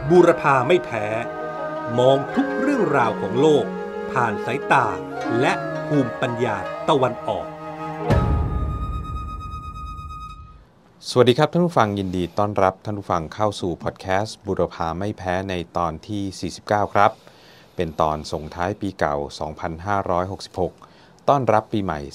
บูรพาไม่แพ้มองทุกเรื่องราวของโลกผ่านสายตาและภูมิปัญญาตะวันออกสวัสดีครับท่านผู้ฟังยินดีต้อนรับท่านผู้ฟังเข้าสู่พอดแคสต์บูรพาไม่แพ้ในตอนที่49ครับเป็นตอนส่งท้ายปีเก่า2566ต้อนรับปีใหม่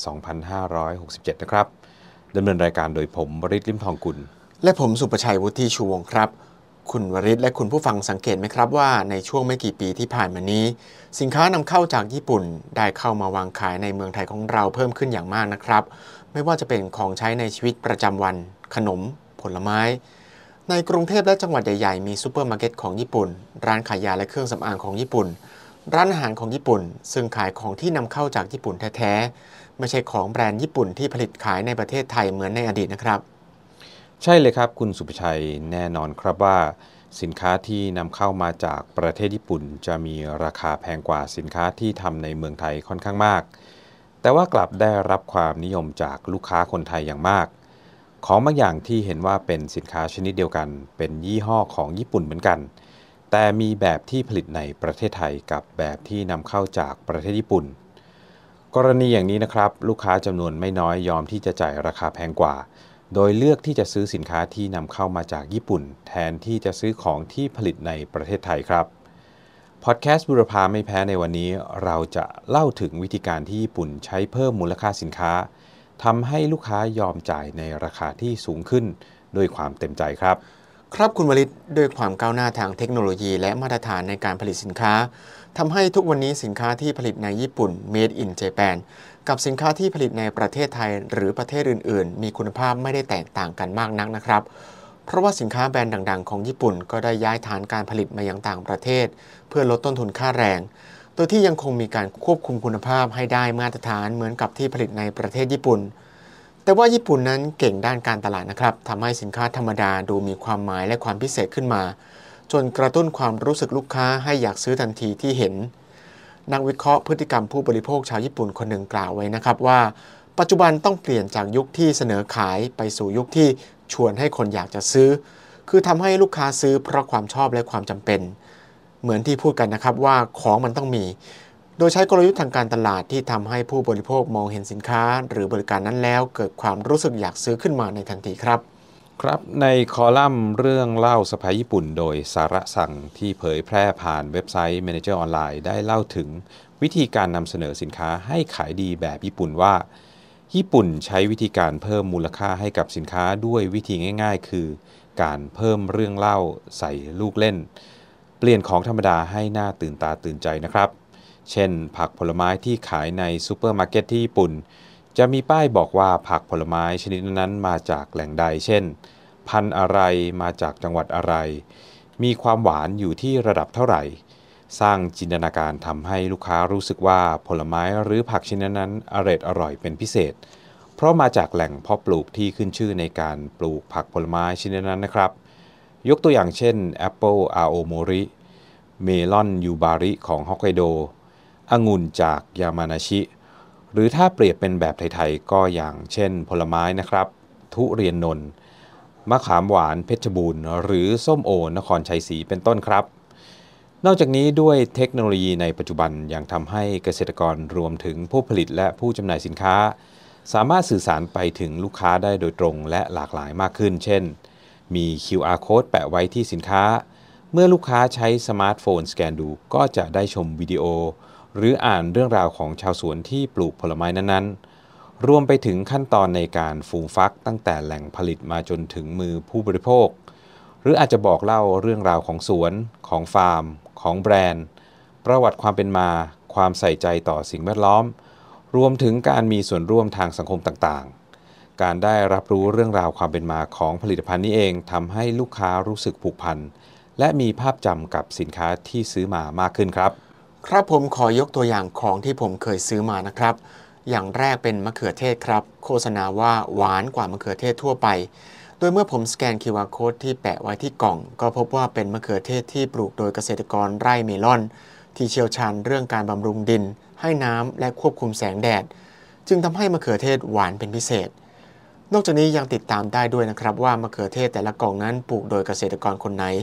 2567นะครับดำเนินรายการโดยผมวริศ ลิ้มทองกุลและผมสุประชัยวุฒิชูวงศ์ครับคุณวริศและคุณผู้ฟังสังเกตไหมครับว่าในช่วงไม่กี่ปีที่ผ่านมานี้สินค้านำเข้าจากญี่ปุ่นได้เข้ามาวางขายในเมืองไทยของเราเพิ่มขึ้นอย่างมากนะครับไม่ว่าจะเป็นของใช้ในชีวิตประจำวันขนมผลไม้ในกรุงเทพและจังหวัดใหญ่ๆมีซูเปอร์มาร์เก็ตของญี่ปุ่นร้านขายยาและเครื่องสำอางของญี่ปุ่นร้านอาหารของญี่ปุ่นซึ่งขายของที่นำเข้าจากญี่ปุ่นแท้ๆไม่ใช่ของแบรนด์ญี่ปุ่นที่ผลิตขายในประเทศไทยเหมือนในอดีตนะครับใช่เลยครับคุณสุประชัยแน่นอนครับว่าสินค้าที่นำเข้ามาจากประเทศญี่ปุ่นจะมีราคาแพงกว่าสินค้าที่ทำในเมืองไทยค่อนข้างมากแต่ว่ากลับได้รับความนิยมจากลูกค้าคนไทยอย่างมากของบางอย่างที่เห็นว่าเป็นสินค้าชนิดเดียวกันเป็นยี่ห้อของญี่ปุ่นเหมือนกันแต่มีแบบที่ผลิตในประเทศไทยกับแบบที่นำเข้าจากประเทศญี่ปุ่นกรณีอย่างนี้นะครับลูกค้าจำนวนไม่น้อยยอมที่จะจ่ายราคาแพงกว่าโดยเลือกที่จะซื้อสินค้าที่นำเข้ามาจากญี่ปุ่นแทนที่จะซื้อของที่ผลิตในประเทศไทยครับพอดแคสต์บูรพาไม่แพ้ในวันนี้เราจะเล่าถึงวิธีการที่ญี่ปุ่นใช้เพิ่มมูลค่าสินค้าทำให้ลูกค้ายอมจ่ายในราคาที่สูงขึ้นด้วยความเต็มใจครับครับคุณวริศด้วยความก้าวหน้าทางเทคโนโลยีและมาตรฐานในการผลิตสินค้าทำให้ทุกวันนี้สินค้าที่ผลิตในญี่ปุ่น Made in Japan กับสินค้าที่ผลิตในประเทศไทยหรือประเทศอื่นๆมีคุณภาพไม่ได้แตกต่างกันมากนักนะครับเพราะว่าสินค้าแบรนด์ดังๆของญี่ปุ่นก็ได้ย้ายฐานการผลิตมายังต่างประเทศเพื่อลดต้นทุนค่าแรงโดยที่ยังคงมีการควบคุมคุณภาพให้ได้มาตรฐานเหมือนกับที่ผลิตในประเทศญี่ปุ่นแต่ว่าญี่ปุ่นนั้นเก่งด้านการตลาดนะครับทำให้สินค้าธรรมดาดูมีความหมายและความพิเศษขึ้นมาจนกระตุ้นความรู้สึกลูกค้าให้อยากซื้อทันทีที่เห็นนักวิเคราะห์พฤติกรรมผู้บริโภคชาวญี่ปุ่นคนหนึ่งกล่าวไว้นะครับว่าปัจจุบันต้องเปลี่ยนจากยุคที่เสนอขายไปสู่ยุคที่ชวนให้คนอยากจะซื้อคือทำให้ลูกค้าซื้อเพราะความชอบและความจำเป็นเหมือนที่พูดกันนะครับว่าของมันต้องมีโดยใช้กลยุทธ์ทางการตลาดที่ทำให้ผู้บริโภคมองเห็นสินค้าหรือบริการนั้นแล้วเกิดความรู้สึกอยากซื้อขึ้นมาในทันทีครับครับในคอลัมน์เรื่องเล่าสะพ้ายญี่ปุ่นโดยสาระสั่งที่เผยแพร่ผ่านเว็บไซต์ Manager ออนไลน์ได้เล่าถึงวิธีการนำเสนอสินค้าให้ขายดีแบบญี่ปุ่นว่าญี่ปุ่นใช้วิธีการเพิ่มมูลค่าให้กับสินค้าด้วยวิธีง่ายๆคือการเพิ่มเรื่องเล่าใส่ลูกเล่นเปลี่ยนของธรรมดาให้หน้าตื่นตาตื่นใจนะครับเช่นผักผลไม้ที่ขายในซูเปอร์มาร์เก็ตที่ญี่ปุ่นจะมีป้ายบอกว่าผักผลไม้ชนิดนั้นมาจากแหล่งใดเช่นพันธุ์อะไรมาจากจังหวัดอะไรมีความหวานอยู่ที่ระดับเท่าไหร่สร้างจินตนาการทำให้ลูกค้ารู้สึกว่าผลไม้หรือผักชนิดนั้นอร่อยเป็นพิเศษเพราะมาจากแหล่งเพาะปลูกที่ขึ้นชื่อในการปลูกผักผลไม้ชนิดนั้นนะครับยกตัวอย่างเช่นแอปเปิลอาโอโมริเมลอนยูบาริของฮอกไกโดองุ่นจากยามานาชิหรือถ้าเปรียบเป็นแบบไทยๆก็อย่างเช่นผลไม้นะครับทุเรียนนนท์มะขามหวานเพชรบูรณ์หรือส้มโอนครชัยศรีเป็นต้นครับนอกจากนี้ด้วยเทคโนโลยีในปัจจุบันยังทำให้เกษตรกรรวมถึงผู้ผลิตและผู้จำหน่ายสินค้าสามารถสื่อสารไปถึงลูกค้าได้โดยตรงและหลากหลายมากขึ้นเช่นมี QR Code แปะไว้ที่สินค้าเมื่อลูกค้าใช้สมาร์ทโฟนสแกนดูก็จะได้ชมวิดีโอหรืออ่านเรื่องราวของชาวสวนที่ปลูกผลไม้นั้นๆรวมไปถึงขั้นตอนในการฟูมฟักตั้งแต่แหล่งผลิตมาจนถึงมือผู้บริโภคหรืออาจจะบอกเล่าเรื่องราวของสวนของฟาร์มของแบรนด์ประวัติความเป็นมาความใส่ใจต่อสิ่งแวดล้อมรวมถึงการมีส่วนร่วมทางสังคมต่างๆการได้รับรู้เรื่องราวความเป็นมาของผลิตภัณฑ์นี้เองทำให้ลูกค้ารู้สึกผูกพันและมีภาพจำกับสินค้าที่ซื้อมามากขึ้นครับครับผมขอยกตัวอย่างของที่ผมเคยซื้อมานะครับอย่างแรกเป็นมะเขือเทศครับโฆษณาว่าหวานกว่ามะเขือเทศทั่วไปโดยเมื่อผมสแกน QR Code ที่แปะไว้ที่กล่องก็พบว่าเป็นมะเขือเทศที่ปลูกโดยเกษตรกรไร่เมลอนที่เชี่ยวชาญเรื่องการบำรุงดินให้น้ำและควบคุมแสงแดดจึงทำให้มะเขือเทศหวานเป็นพิเศษนอกจากนี้ยังติดตามได้ด้วยนะครับว่ามะเขือเทศแต่ละกล่องนั้นปลูกโดยเกษตรกรคนไหน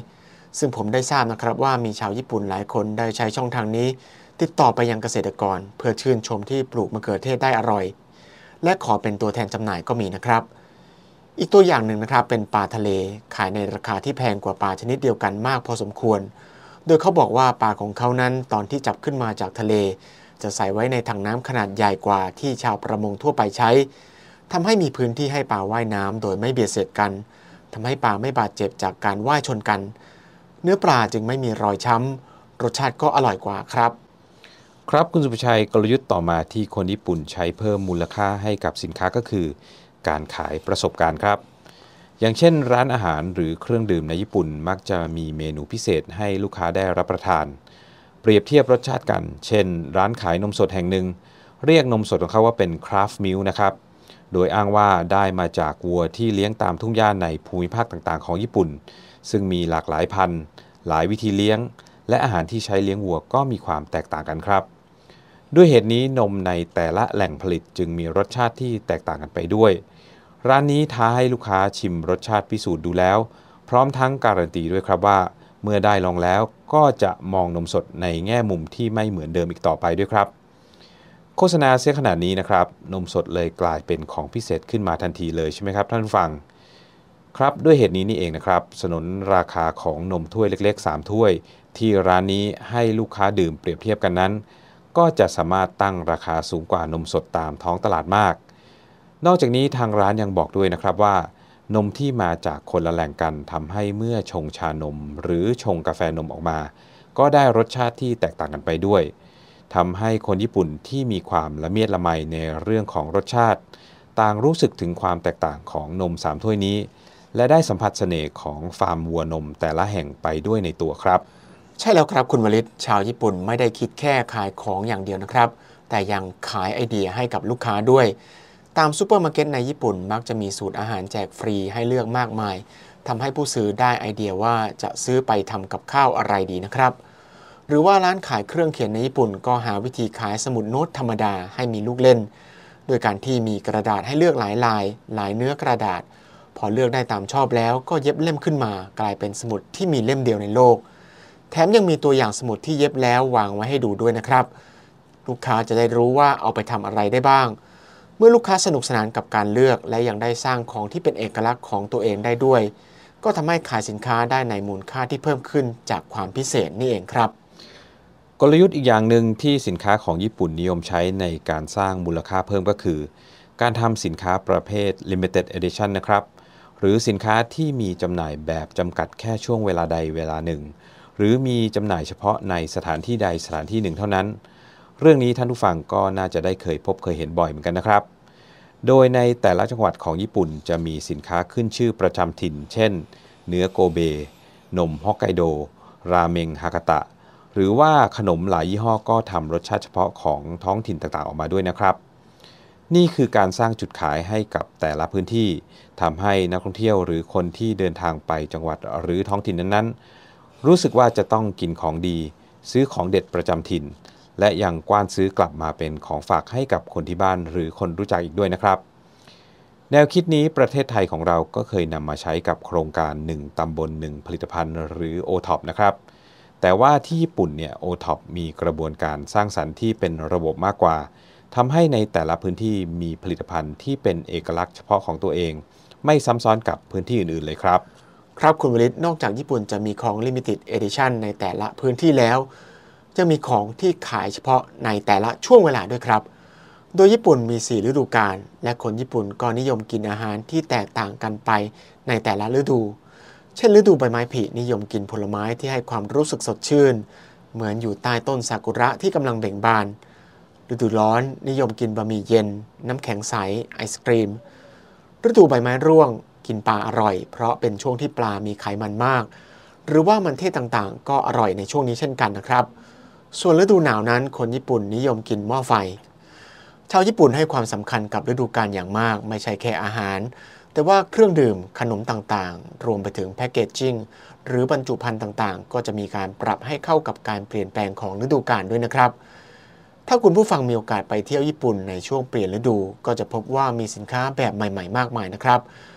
ซึ่งผมได้ทราบนะครับว่ามีชาวญี่ปุ่นหลายคนได้ใช้ช่องทางนี้ติดต่อไปยังเกษตรกรเพื่อชื่นชมที่ปลูกมะเขือเทศได้อร่อยและขอเป็นตัวแทนจำหน่ายก็มีนะครับอีกตัวอย่างหนึ่งนะครับเป็นปลาทะเลขายในราคาที่แพงกว่าปลาชนิดเดียวกันมากพอสมควรโดยเขาบอกว่าปลาของเขานั้นตอนที่จับขึ้นมาจากทะเลจะใส่ไว้ในถังน้ำขนาดใหญ่กว่าที่ชาวประมงทั่วไปใช้ทำให้มีพื้นที่ให้ปลาว่ายน้ำโดยไม่เบียดเสียดกันทำให้ปลาไม่บาดเจ็บจากการว่ายชนกันเนื้อปลาจึงไม่มีรอยช้ำรสชาติก็อร่อยกว่าครับครับคุณสุภชัยกลยุทธ์ต่อมาที่คนญี่ปุ่นใช้เพิ่มมูลค่าให้กับสินค้าก็คือการขายประสบการณ์ครับอย่างเช่นร้านอาหารหรือเครื่องดื่มในญี่ปุ่นมักจะมีเมนูพิเศษให้ลูกค้าได้รับประทานเปรียบเทียบรสชาติกันเช่นร้านขายนมสดแห่งหนึ่งเรียกนมสดของเขาว่าเป็นคราฟต์มิลค์นะครับโดยอ้างว่าได้มาจากวัวที่เลี้ยงตามทุ่งหญ้าในภูมิภาคต่างๆของญี่ปุ่นซึ่งมีหลากหลายพันธุ์หลายวิธีเลี้ยงและอาหารที่ใช้เลี้ยงวัวก็มีความแตกต่างกันครับด้วยเหตุนี้นมในแต่ละแหล่งผลิตจึงมีรสชาติที่แตกต่างกันไปด้วยร้านนี้ท้าให้ลูกค้าชิมรสชาติพิสูจน์ดูแล้วพร้อมทั้งการันตีด้วยครับว่าเมื่อได้ลองแล้วก็จะมองนมสดในแง่มุมที่ไม่เหมือนเดิมอีกต่อไปด้วยครับโฆษณาเสียขนาดนี้นะครับนมสดเลยกลายเป็นของพิเศษขึ้นมาทันทีเลยใช่ไหมครับท่านผู้ฟังครับด้วยเหตุนี้นี่เองนะครับสนนราคาของนมถ้วยเล็กๆ3ถ้วยที่ร้านนี้ให้ลูกค้าดื่มเปรียบเทียบกันนั้นก็จะสามารถตั้งราคาสูงกว่านมสดตามท้องตลาดมากนอกจากนี้ทางร้านยังบอกด้วยนะครับว่านมที่มาจากคนละแหล่งกันทำให้เมื่อชงชานมหรือชงกาแฟนมออกมาก็ได้รสชาติที่แตกต่างกันไปด้วยทำให้คนญี่ปุ่นที่มีความละเมียดละไมในเรื่องของรสชาติต่างรู้สึกถึงความแตกต่างของนม3ถ้วยนี้และได้สัมผัสเสน่ห์ของฟาร์มวัวนมแต่ละแห่งไปด้วยในตัวครับใช่แล้วครับคุณวลิตชาวญี่ปุ่นไม่ได้คิดแค่ขายของอย่างเดียวนะครับแต่ยังขายไอเดียให้กับลูกค้าด้วยตามซูเปอร์มาร์เก็ตในญี่ปุ่นมักจะมีสูตรอาหารแจกฟรีให้เลือกมากมายทำให้ผู้ซื้อได้ไอเดียว่าจะซื้อไปทำกับข้าวอะไรดีนะครับหรือว่าร้านขายเครื่องเขียนในญี่ปุ่นก็หาวิธีขายสมุดโน้ตธรรมดาให้มีลูกเล่นโดยการที่มีกระดาษให้เลือกหลายลายหลายเนื้อกระดาษพอเลือกได้ตามชอบแล้วก็เย็บเล่มขึ้นมากลายเป็นสมุดที่มีเล่มเดียวในโลกแถมยังมีตัวอย่างสมุดที่เย็บแล้ววางไว้ให้ดูด้วยนะครับลูกค้าจะได้รู้ว่าเอาไปทำอะไรได้บ้างเมื่อลูกค้าสนุกสนานกับการเลือกและยังได้สร้างของที่เป็นเอกลักษณ์ของตัวเองได้ด้วยก็ทำให้ขายสินค้าได้ในมูลค่าที่เพิ่มขึ้นจากความพิเศษนี่เองครับกลยุทธ์อีกอย่างหนึ่งที่สินค้าของญี่ปุ่นนิยมใช้ในการสร้างมูลค่าเพิ่มก็คือการทำสินค้าประเภท Limited Edition นะครับหรือสินค้าที่มีจำหน่ายแบบจำกัดแค่ช่วงเวลาใดเวลาหนึ่งหรือมีจำหน่ายเฉพาะในสถานที่ใดสถานที่หนึ่งเท่านั้นเรื่องนี้ท่านผู้ฟังก็น่าจะได้เคยเห็นบ่อยเหมือนกันนะครับโดยในแต่ละจังหวัดของญี่ปุ่นจะมีสินค้าขึ้นชื่อประจำถิ่นเช่นเนื้อโกเบนมฮอกไกโดราเมงฮากาตะหรือว่าขนมหลายยี่ห้อก็ทำรสชาติเฉพาะของท้องถิ่นต่างๆออกมาด้วยนะครับนี่คือการสร้างจุดขายให้กับแต่ละพื้นที่ทำให้นักท่องเที่ยวหรือคนที่เดินทางไปจังหวัดหรือท้องถิ่นนั้นๆรู้สึกว่าจะต้องกินของดีซื้อของเด็ดประจำถิ่นและยังกว้านซื้อกลับมาเป็นของฝากให้กับคนที่บ้านหรือคนรู้จักอีกด้วยนะครับแนวคิดนี้ประเทศไทยของเราก็เคยนำมาใช้กับโครงการ1ตำบล1ผลิตภัณฑ์หรือ OTOP นะครับแต่ว่าที่ญี่ปุ่นเนี่ย OTOP มีกระบวนการสร้างสรรค์ที่เป็นระบบมากกว่าทำให้ในแต่ละพื้นที่มีผลิตภัณฑ์ที่เป็นเอกลักษณ์เฉพาะของตัวเองไม่ซ้ำซ้อนกับพื้นที่อื่นๆเลยครับครับคุณวลิตนอกจากญี่ปุ่นจะมีของ Limited Edition ในแต่ละพื้นที่แล้วจะมีของที่ขายเฉพาะในแต่ละช่วงเวลาด้วยครับโดยญี่ปุ่นมี4ฤดูกาลและคนญี่ปุ่นก็นิยมกินอาหารที่แตกต่างกันไปในแต่ละฤดูเช่นฤดูใบไม้ผลินิยมกินผลไม้ที่ให้ความรู้สึกสดชื่นเหมือนอยู่ใต้ต้นซากุระที่กำลังเบ่งบานฤดูร้อนนิยมกินบะหมี่เย็นน้ำแข็งใสไอศกรีมฤดูใบไม้ร่วงกินปลาอร่อยเพราะเป็นช่วงที่ปลามีไขมันมากหรือว่ามันเทศต่างๆก็อร่อยในช่วงนี้เช่นกันนะครับส่วนฤดูหนาวนั้นคนญี่ปุ่นนิยมกินหม้อไฟชาวญี่ปุ่นให้ความสำคัญกับฤดูกาลอย่างมากไม่ใช่แค่อาหารแต่ว่าเครื่องดื่มขนมต่างๆรวมไปถึงแพคเกจจิ้งหรือบรรจุภัณฑ์ต่างๆก็จะมีการปรับให้เข้ากับการเปลี่ยนแปลงของฤดูกาลด้วยนะครับถ้าคุณผู้ฟังมีโอกาสไปเที่ยวญี่ปุ่นในช่วงเปลี่ยนฤดูก็จะพบว่ามีสินค้าแบบใหม่ๆมากมายนะครับ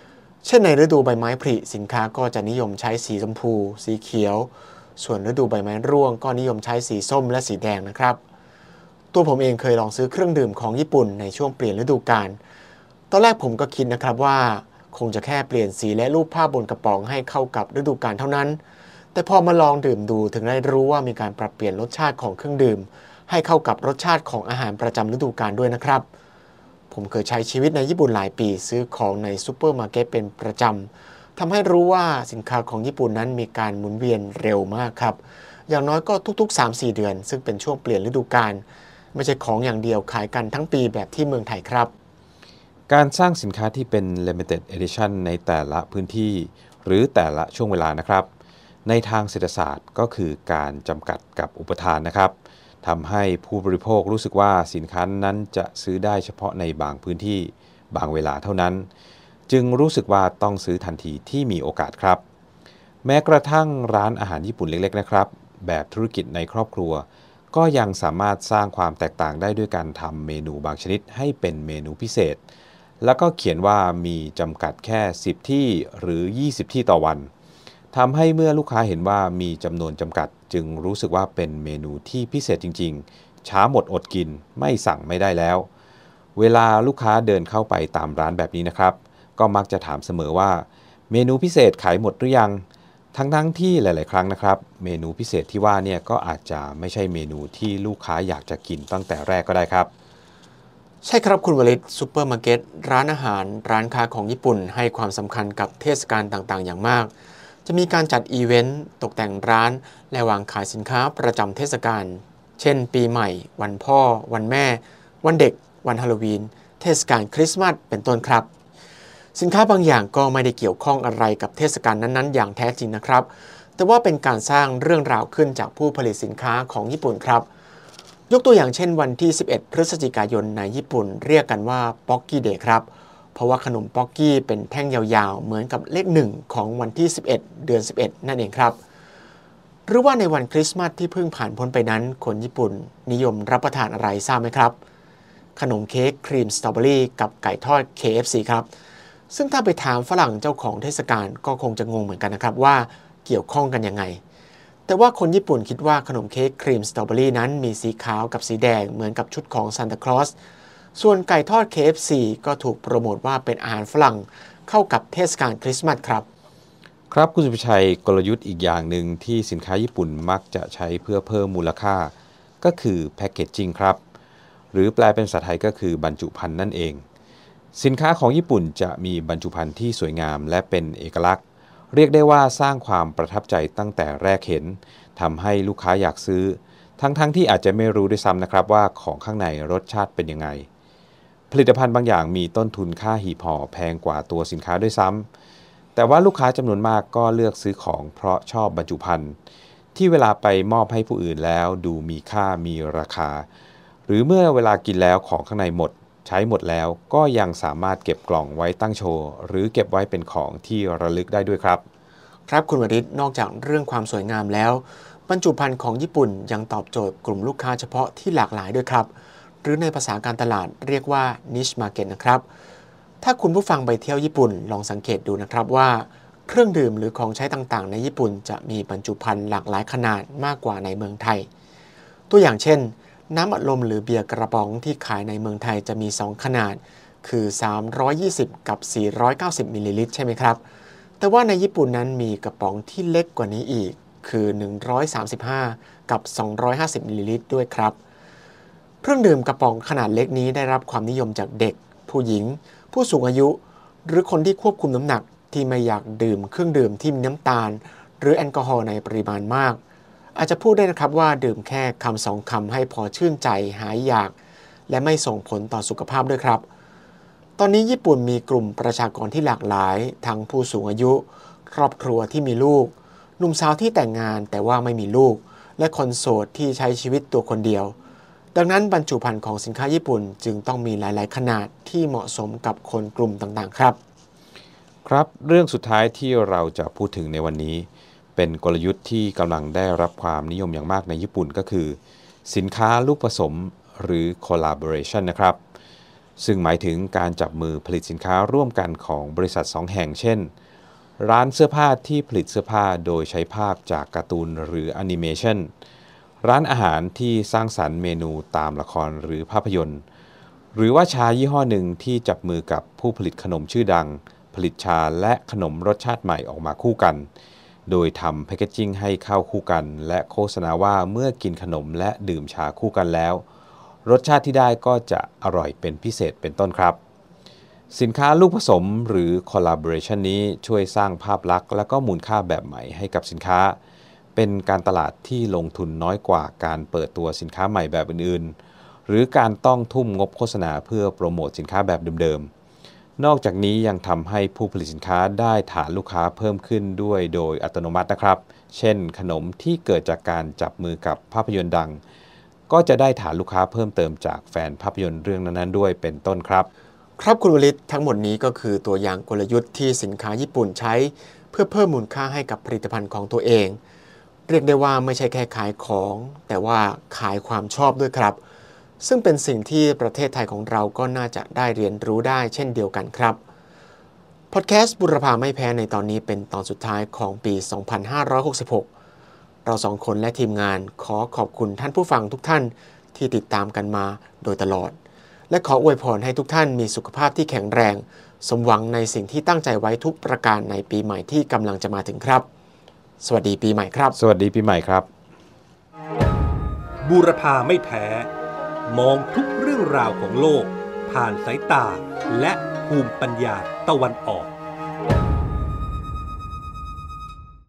เช่นในฤดูใบไม้ผลิสินค้าก็จะนิยมใช้สีชมพู สีเขียวส่วนฤดูใบไม้ร่วงก็นิยมใช้สีส้มและสีแดงนะครับตัวผมเองเคยลองซื้อเครื่องดื่มของญี่ปุ่นในช่วงเปลี่ยนฤดูกาลตอนแรกผมก็คิดนะครับว่าคงจะแค่เปลี่ยนสีและรูปภาพบนกระป๋องให้เข้ากับฤดูกาลเท่านั้นแต่พอมาลองดื่มดูถึงได้รู้ว่ามีการปรับเปลี่ยนรสชาติของเครื่องดื่มให้เข้ากับรสชาติของอาหารประจำฤดูกาลด้วยนะครับผมเคยใช้ชีวิตในญี่ปุ่นหลายปีซื้อของในซูเปอร์มาร์เก็ตเป็นประจำทำให้รู้ว่าสินค้าของญี่ปุ่นนั้นมีการหมุนเวียนเร็วมากครับอย่างน้อยก็ทุกๆ 3-4 เดือนซึ่งเป็นช่วงเปลี่ยนฤดูกาลไม่ใช่ของอย่างเดียวขายกันทั้งปีแบบที่เมืองไทยครับการสร้างสินค้าที่เป็น Limited Edition ในแต่ละพื้นที่หรือแต่ละช่วงเวลานะครับในทางเศรษฐศาสตร์ก็คือการจำกัดกับอุปทานนะครับทำให้ผู้บริโภครู้สึกว่าสินค้านั้นจะซื้อได้เฉพาะในบางพื้นที่บางเวลาเท่านั้นจึงรู้สึกว่าต้องซื้อทันทีที่มีโอกาสครับแม้กระทั่งร้านอาหารญี่ปุ่นเล็กๆนะครับแบบธุรกิจในครอบครัวก็ยังสามารถสร้างความแตกต่างได้ด้วยการทำเมนูบางชนิดให้เป็นเมนูพิเศษแล้วก็เขียนว่ามีจำกัดแค่10ที่หรือ20ที่ต่อวันทำให้เมื่อลูกค้าเห็นว่ามีจำนวนจำกัดจึงรู้สึกว่าเป็นเมนูที่พิเศษจริงๆช้าหมดอดกินไม่สั่งไม่ได้แล้วเวลาลูกค้าเดินเข้าไปตามร้านแบบนี้นะครับก็มักจะถามเสมอว่าเมนูพิเศษขายหมดหรือยังทั้งที่หลายๆครั้งนะครับเมนูพิเศษที่ว่าเนี่ยก็อาจจะไม่ใช่เมนูที่ลูกค้าอยากจะกินตั้งแต่แรกก็ได้ครับใช่ครับคุณวลิตซูเปอร์มาร์เก็ตร้านอาหารร้านค้าของญี่ปุ่นให้ความสำคัญกับเทศกาลต่างๆอย่างมากจะมีการจัดอีเวนต์ตกแต่งร้านและวางขายสินค้าประจำเทศกาลเช่นปีใหม่วันพ่อวันแม่วันเด็กวันฮาโลวีนเทศกาลคริสต์มาสเป็นต้นครับสินค้าบางอย่างก็ไม่ได้เกี่ยวข้องอะไรกับเทศกาลนั้นๆอย่างแท้จริงนะครับแต่ว่าเป็นการสร้างเรื่องราวขึ้นจากผู้ผลิตสินค้าของญี่ปุ่นครับยกตัวอย่างเช่นวันที่11พฤศจิกายนในญี่ปุ่นเรียกกันว่าป๊อกกี้เดย์ครับเพราะว่าขนมป๊อกกี้เป็นแท่งยาวๆเหมือนกับเลข1ของวันที่11เดือน11นั่นเองครับหรือว่าในวันคริสต์มาสที่เพิ่งผ่านพ้นไปนั้นคนญี่ปุ่นนิยมรับประทานอะไรทราบไหมครับขนมเค้กครีมสตรอเบอรี่กับไก่ทอด KFC ครับซึ่งถ้าไปถามฝรั่งเจ้าของเทศกาลก็คงจะงงเหมือนกันนะครับว่าเกี่ยวข้องกันยังไงแต่ว่าคนญี่ปุ่นคิดว่าขนมเค้กครีมสตรอเบอรี่นั้นมีสีขาวกับสีแดงเหมือนกับชุดของซานตาคลอสส่วนไก่ทอด KFC ก็ถูกโปรโมทว่าเป็นอาหารฝรั่งเข้ากับเทศกาลคริสต์มาสครับครับคุณสุภชัยกลยุทธ์อีกอย่างหนึ่งที่สินค้าญี่ปุ่นมักจะใช้เพื่อเพิ่มมูลค่าก็คือแพคเกจจิ้งครับหรือแปลเป็นภาษาไทยก็คือบรรจุภัณฑ์นั่นเองสินค้าของญี่ปุ่นจะมีบรรจุภัณฑ์ที่สวยงามและเป็นเอกลักษณ์เรียกได้ว่าสร้างความประทับใจตั้งแต่แรกเห็นทำให้ลูกค้าอยากซื้อทั้งที่อาจจะไม่รู้ด้วยซ้ำนะครับว่าของข้างในรสชาติเป็นยังไงผลิตภัณฑ์บางอย่างมีต้นทุนค่าหีบห่อแพงกว่าตัวสินค้าด้วยซ้ำแต่ว่าลูกค้าจำนวนมากก็เลือกซื้อของเพราะชอบบรรจุภัณฑ์ที่เวลาไปมอบให้ผู้อื่นแล้วดูมีค่ามีราคาหรือเมื่อเวลากินแล้วของข้างในหมดใช้หมดแล้วก็ยังสามารถเก็บกล่องไว้ตั้งโชว์หรือเก็บไว้เป็นของที่ระลึกได้ด้วยครับครับคุณวริศนอกจากเรื่องความสวยงามแล้วบรรจุภัณฑ์ของญี่ปุ่นยังตอบโจทย์กลุ่มลูกค้าเฉพาะที่หลากหลายด้วยครับหรือในภาษาการตลาดเรียกว่า niche market นะครับถ้าคุณผู้ฟังไปเที่ยวญี่ปุ่นลองสังเกตดูนะครับว่าเครื่องดื่มหรือของใช้ต่างๆในญี่ปุ่นจะมีบรรจุภัณฑ์หลากหลายขนาดมากกว่าในเมืองไทยตัวอย่างเช่นน้ำอัดลมหรือเบียร์กระป๋องที่ขายในเมืองไทยจะมี2ขนาดคือ320กับ490มิลลิลิตรใช่ไหมครับแต่ว่าในญี่ปุ่นนั้นมีกระป๋องที่เล็กกว่านี้อีกคือ135กับ250มิลลิลิตรด้วยครับเครื่องดื่มกระป๋องขนาดเล็กนี้ได้รับความนิยมจากเด็กผู้หญิงผู้สูงอายุหรือคนที่ควบคุมน้ำหนักที่ไม่อยากดื่มเครื่องดื่มที่มีน้ำตาลหรือแอลกอฮอล์ในปริมาณมากอาจจะพูดได้นะครับว่าดื่มแค่คำ2คำให้พอชื่นใจหายอยากและไม่ส่งผลต่อสุขภาพด้วยครับตอนนี้ญี่ปุ่นมีกลุ่มประชากรที่หลากหลายทั้งผู้สูงอายุครอบครัวที่มีลูกหนุ่มสาวที่แต่งงานแต่ว่าไม่มีลูกและคนโสดที่ใช้ชีวิตตัวคนเดียวดังนั้นบรรจุภัณฑ์ของสินค้าญี่ปุ่นจึงต้องมีหลายๆขนาดที่เหมาะสมกับคนกลุ่มต่างๆครับครับเรื่องสุดท้ายที่เราจะพูดถึงในวันนี้เป็นกลยุทธ์ที่กำลังได้รับความนิยมอย่างมากในญี่ปุ่นก็คือสินค้าลูกผสมหรือ collaboration นะครับซึ่งหมายถึงการจับมือผลิตสินค้าร่วมกันของบริษัท2แห่งเช่นร้านเสื้อผ้าที่ผลิตเสื้อผ้าโดยใช้ภาพจากการ์ตูนหรือแอนิเมชันร้านอาหารที่สร้างสรรค์เมนูตามละครหรือภาพยนตร์หรือว่าชายี่ห้อหนึ่งที่จับมือกับผู้ผลิตขนมชื่อดังผลิตชาและขนมรสชาติใหม่ออกมาคู่กันโดยทำแพคเกจจิ้งให้เข้าคู่กันและโฆษณาว่าเมื่อกินขนมและดื่มชาคู่กันแล้วรสชาติที่ได้ก็จะอร่อยเป็นพิเศษเป็นต้นครับสินค้าลูกผสมหรือ collaboration นี้ช่วยสร้างภาพลักษณ์และก็มูลค่าแบบใหม่ให้กับสินค้าเป็นการตลาดที่ลงทุนน้อยกว่าการเปิดตัวสินค้าใหม่แบบอื่นๆหรือการต้องทุ่มงบโฆษณาเพื่อโปรโมทสินค้าแบบเดิมๆนอกจากนี้ยังทำให้ผู้ผลิตสินค้าได้ฐานลูกค้าเพิ่มขึ้นด้วยโดยอัตโนมัตินะครับเช่นขนมที่เกิดจากการจับมือกับภาพยนตร์ดังก็จะได้ฐานลูกค้าเพิ่มเติมจากแฟนภาพยนตร์เรื่องนั้นๆด้วยเป็นต้นครับครับคุณวลิตทั้งหมดนี้ก็คือตัวอย่างกลยุทธ์ที่สินค้าญี่ปุ่นใช้เพื่อเพิ่มมูลค่าให้กับผลิตภัณฑ์ของตัวเองเรียกได้ว่าไม่ใช่แค่ขายของแต่ว่าขายความชอบด้วยครับซึ่งเป็นสิ่งที่ประเทศไทยของเราก็น่าจะได้เรียนรู้ได้เช่นเดียวกันครับพอดแคสต์บุรพาไม่แพ้ในตอนนี้เป็นตอนสุดท้ายของปี 2566 เราสองคนและทีมงานขอขอบคุณท่านผู้ฟังทุกท่านที่ติดตามกันมาโดยตลอดและขออวยพรให้ทุกท่านมีสุขภาพที่แข็งแรงสมหวังในสิ่งที่ตั้งใจไว้ทุกประการในปีใหม่ที่กำลังจะมาถึงครับสวัสดีปีใหม่ครับสวัสดีปีใหม่ครับบูรพาไม่แพ้มองทุกเรื่องราวของโลกผ่านสายตาและภูมิปัญญาตะวันออก